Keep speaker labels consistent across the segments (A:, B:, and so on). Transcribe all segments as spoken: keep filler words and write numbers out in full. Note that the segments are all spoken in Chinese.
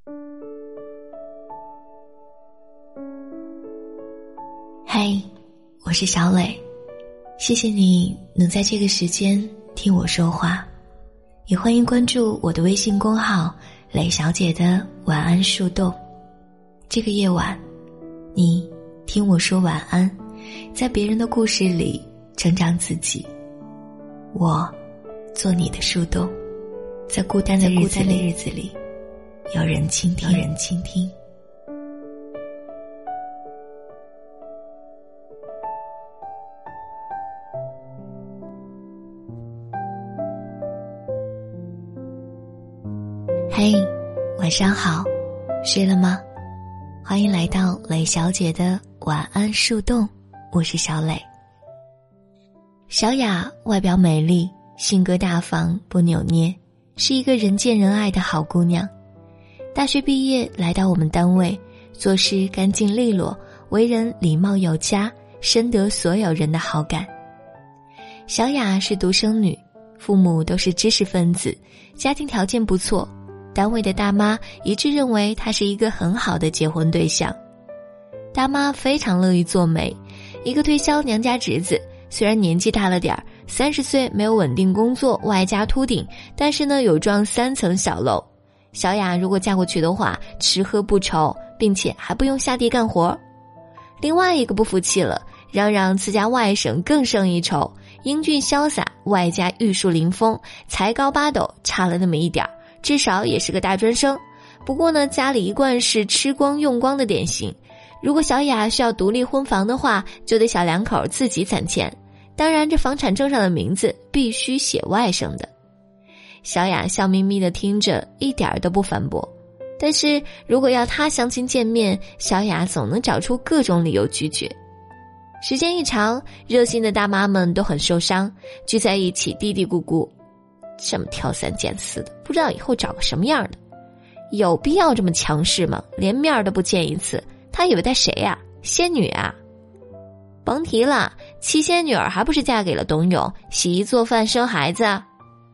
A: 嗨，我是小磊，谢谢你能在这个时间听我说话，也欢迎关注我的微信公号磊小姐的晚安树洞。这个夜晚，你听我说晚安，在别人的故事里成长自己，我做你的树洞，在孤单的日子里，日子里有人倾听，有人倾听。嘿，晚上好，睡了吗？欢迎来到磊小姐的晚安树洞，我是小磊。小雅外表美丽，性格大方不扭捏，是一个人见人爱的好姑娘。大学毕业来到我们单位，做事干净利落，为人礼貌有加，深得所有人的好感。小雅是独生女，父母都是知识分子，家庭条件不错，单位的大妈一致认为她是一个很好的结婚对象。大妈非常乐于做媒，一个推销娘家侄子，虽然年纪大了点儿，三十岁没有稳定工作，外加秃顶，但是呢有幢三层小楼。小雅如果嫁过去的话，吃喝不愁，并且还不用下地干活。另外一个不服气了，嚷嚷自家外甥更胜一筹，英俊潇洒，外加玉树临风，才高八斗，差了那么一点儿，至少也是个大专生。不过呢，家里一贯是吃光用光的典型。如果小雅需要独立婚房的话，就得小两口自己攒钱。当然，这房产证上的名字必须写外甥的。小雅笑眯眯地听着，一点儿都不反驳。但是如果要她相亲见面，小雅总能找出各种理由拒绝。时间一长，热心的大妈们都很受伤，聚在一起嘀嘀咕咕，这么挑三拣四的，不知道以后找个什么样的。有必要这么强势吗？连面都不见一次，他以为带谁呀？仙女啊？甭提了，七仙女儿还不是嫁给了董永，洗衣做饭生孩子啊。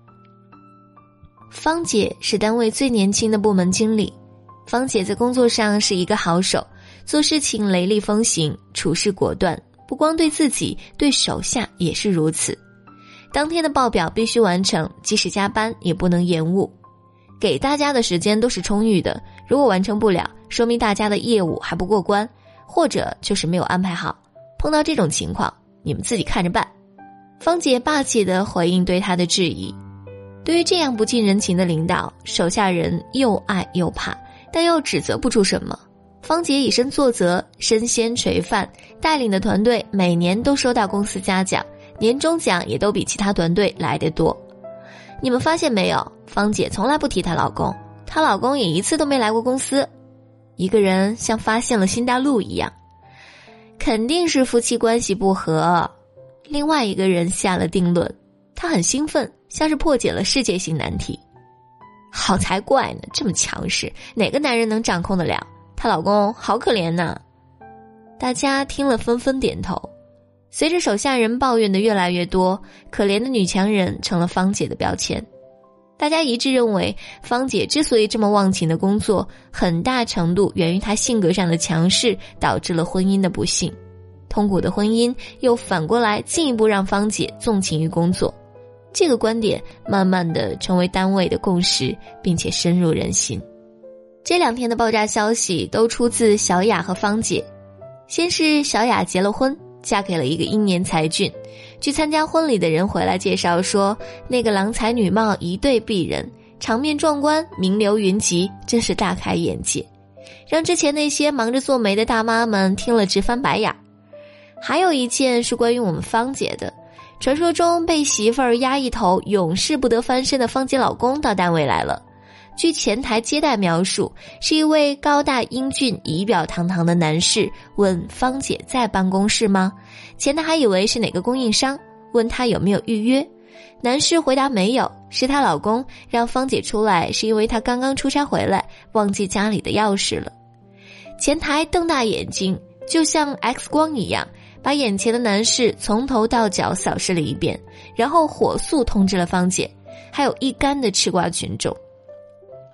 A: 芳姐是单位最年轻的部门经理，芳姐在工作上是一个好手，做事情雷厉风行，处事果断，不光对自己，对手下也是如此。当天的报表必须完成，即使加班也不能延误。给大家的时间都是充裕的，如果完成不了，说明大家的业务还不过关，或者就是没有安排好。碰到这种情况，你们自己看着办。芳姐霸气地回应对她的质疑。对于这样不近人情的领导，手下人又爱又怕，但又指责不出什么。芳姐以身作则，身先垂范，带领的团队每年都收到公司嘉奖，年终奖也都比其他团队来得多。你们发现没有，芳姐从来不提她老公，她老公也一次都没来过公司。一个人像发现了新大陆一样，肯定是夫妻关系不和。另外一个人下了定论，他很兴奋，像是破解了世界性难题。好才怪呢，这么强势，哪个男人能掌控得了？她老公好可怜呐。大家听了纷纷点头。随着手下人抱怨的越来越多，可怜的女强人成了芳姐的标签。大家一致认为，芳姐之所以这么忘情的工作，很大程度源于她性格上的强势，导致了婚姻的不幸。痛苦的婚姻又反过来进一步让芳姐纵情于工作。这个观点慢慢地成为单位的共识，并且深入人心。这两天的爆炸消息都出自小雅和芳姐。先是小雅结了婚，嫁给了一个英年才俊，去参加婚礼的人回来介绍说，那个郎才女貌，一对璧人，场面壮观，名流云集，真是大开眼界，让之前那些忙着做媒的大妈们听了直翻白眼。还有一件是关于我们芳姐的，传说中被媳妇儿压一头，永世不得翻身的芳姐老公到单位来了。据前台接待描述，是一位高大英俊仪表堂堂的男士，问芳姐在办公室吗？前台还以为是哪个供应商，问他有没有预约。男士回答没有，是她老公让芳姐出来，是因为她刚刚出差回来，忘记家里的钥匙了。前台瞪大眼睛，就像 X 光一样，把眼前的男士从头到脚扫视了一遍，然后火速通知了芳姐，还有一干的吃瓜群众。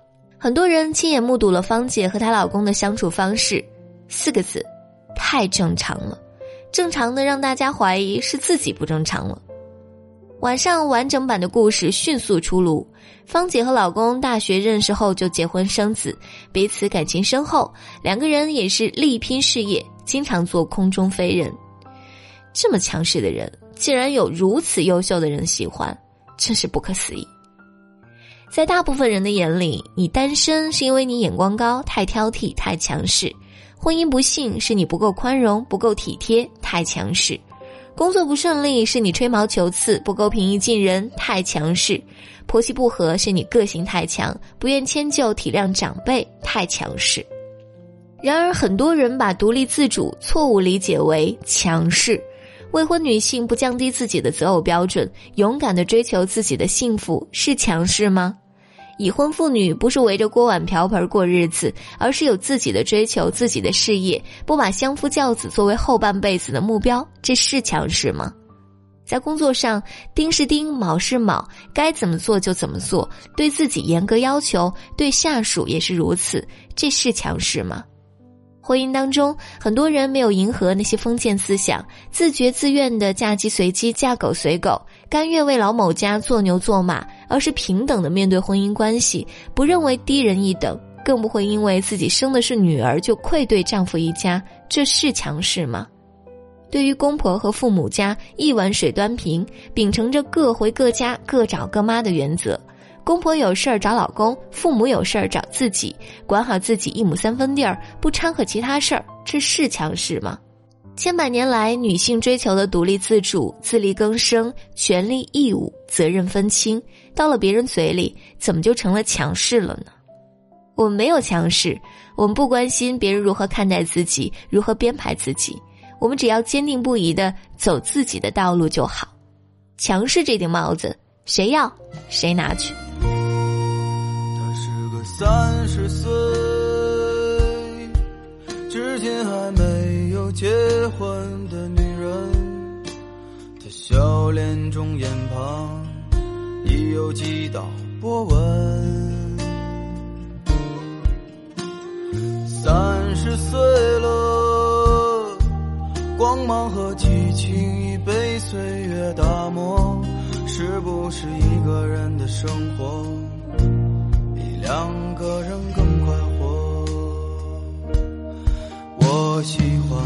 A: 很多人亲眼目睹了芳姐和她老公的相处方式，四个字，太正常了，正常的让大家怀疑是自己不正常了。晚上完整版的故事迅速出炉，芳姐和老公大学认识后就结婚生子，彼此感情深厚，两个人也是力拼事业，经常做空中飞人。这么强势的人，竟然有如此优秀的人喜欢，真是不可思议。在大部分人的眼里，你单身是因为你眼光高，太挑剔，太强势；婚姻不幸是你不够宽容，不够体贴，太强势；工作不顺利是你吹毛求疵，不够平易近人，太强势；婆媳不和是你个性太强，不愿迁就体谅长辈，太强势。然而很多人把独立自主错误理解为强势，未婚女性不降低自己的择偶标准，勇敢地追求自己的幸福，是强势吗？已婚妇女不是围着锅碗瓢盆过日子，而是有自己的追求，自己的事业，不把相夫教子作为后半辈子的目标，这是强势吗？在工作上，丁是丁，卯是卯，该怎么做就怎么做，对自己严格要求，对下属也是如此，这是强势吗？婚姻当中，很多人没有迎合那些封建思想，自觉自愿的嫁鸡随鸡，嫁狗随狗，甘愿为老某家做牛做马，而是平等的面对婚姻关系，不认为低人一等，更不会因为自己生的是女儿就愧对丈夫一家，这是强势吗？对于公婆和父母家一碗水端平，秉承着各回各家各找各妈的原则，公婆有事儿找老公，父母有事儿找自己，管好自己一亩三分地儿，不掺和其他事儿，这是强势吗？千百年来，女性追求的独立自主、自力更生、权利义务、责任分清，到了别人嘴里，怎么就成了强势了呢？我们没有强势，我们不关心别人如何看待自己，如何编排自己，我们只要坚定不移地走自己的道路就好。强势这顶帽子，谁要谁拿去。
B: 三十岁，至今还没有结婚的女人，她笑脸中眼旁已有几道波纹。三十岁了，光芒和激情已被岁月打磨，是不是一个人的生活两个人更快活？我喜欢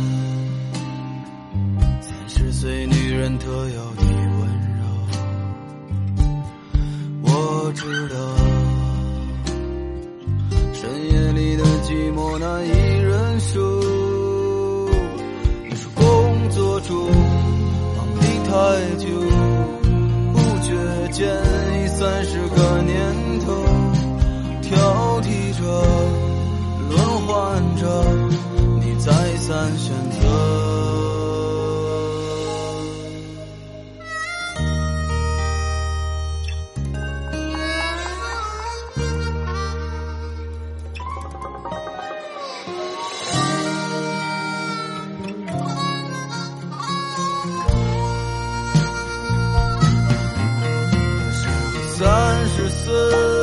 B: 三十岁女人特有的温柔。我知道深夜里的寂寞难以忍受，你说工作中忙得太久，不觉间已三十个年头，挑剔着，轮换着，你再三选择。三十岁，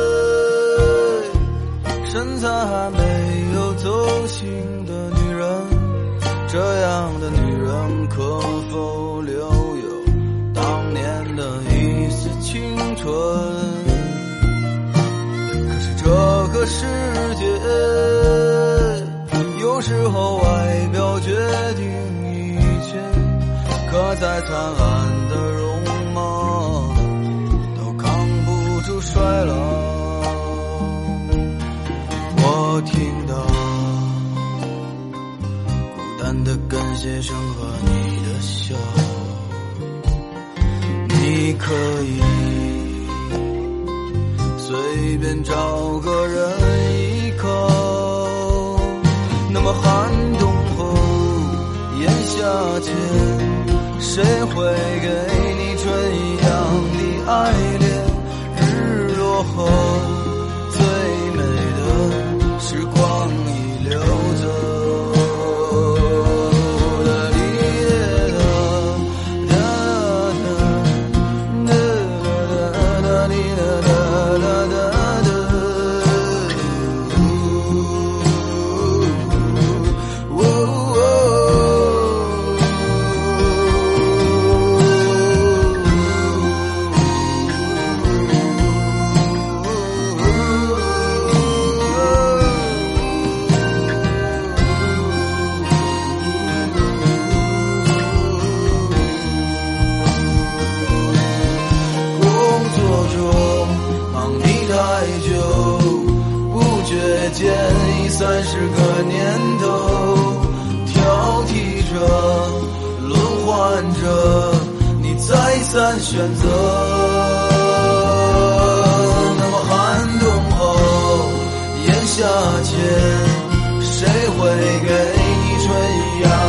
B: 身材还没有走形的女人，这样的女人可否留有当年的一丝青春？可是这个世界有时候外表决定一切，可再灿烂的容貌都扛不住衰老。我听到孤单的感谢声和你的笑，你可以随便找个人依靠，那么寒冬后炎夏前，谁会给你春一样的爱恋？日落后最美的时光已流走。 也见已三十个年头，挑剔着轮换着你再三选择。那么寒冬后炎夏前，谁会给你春阳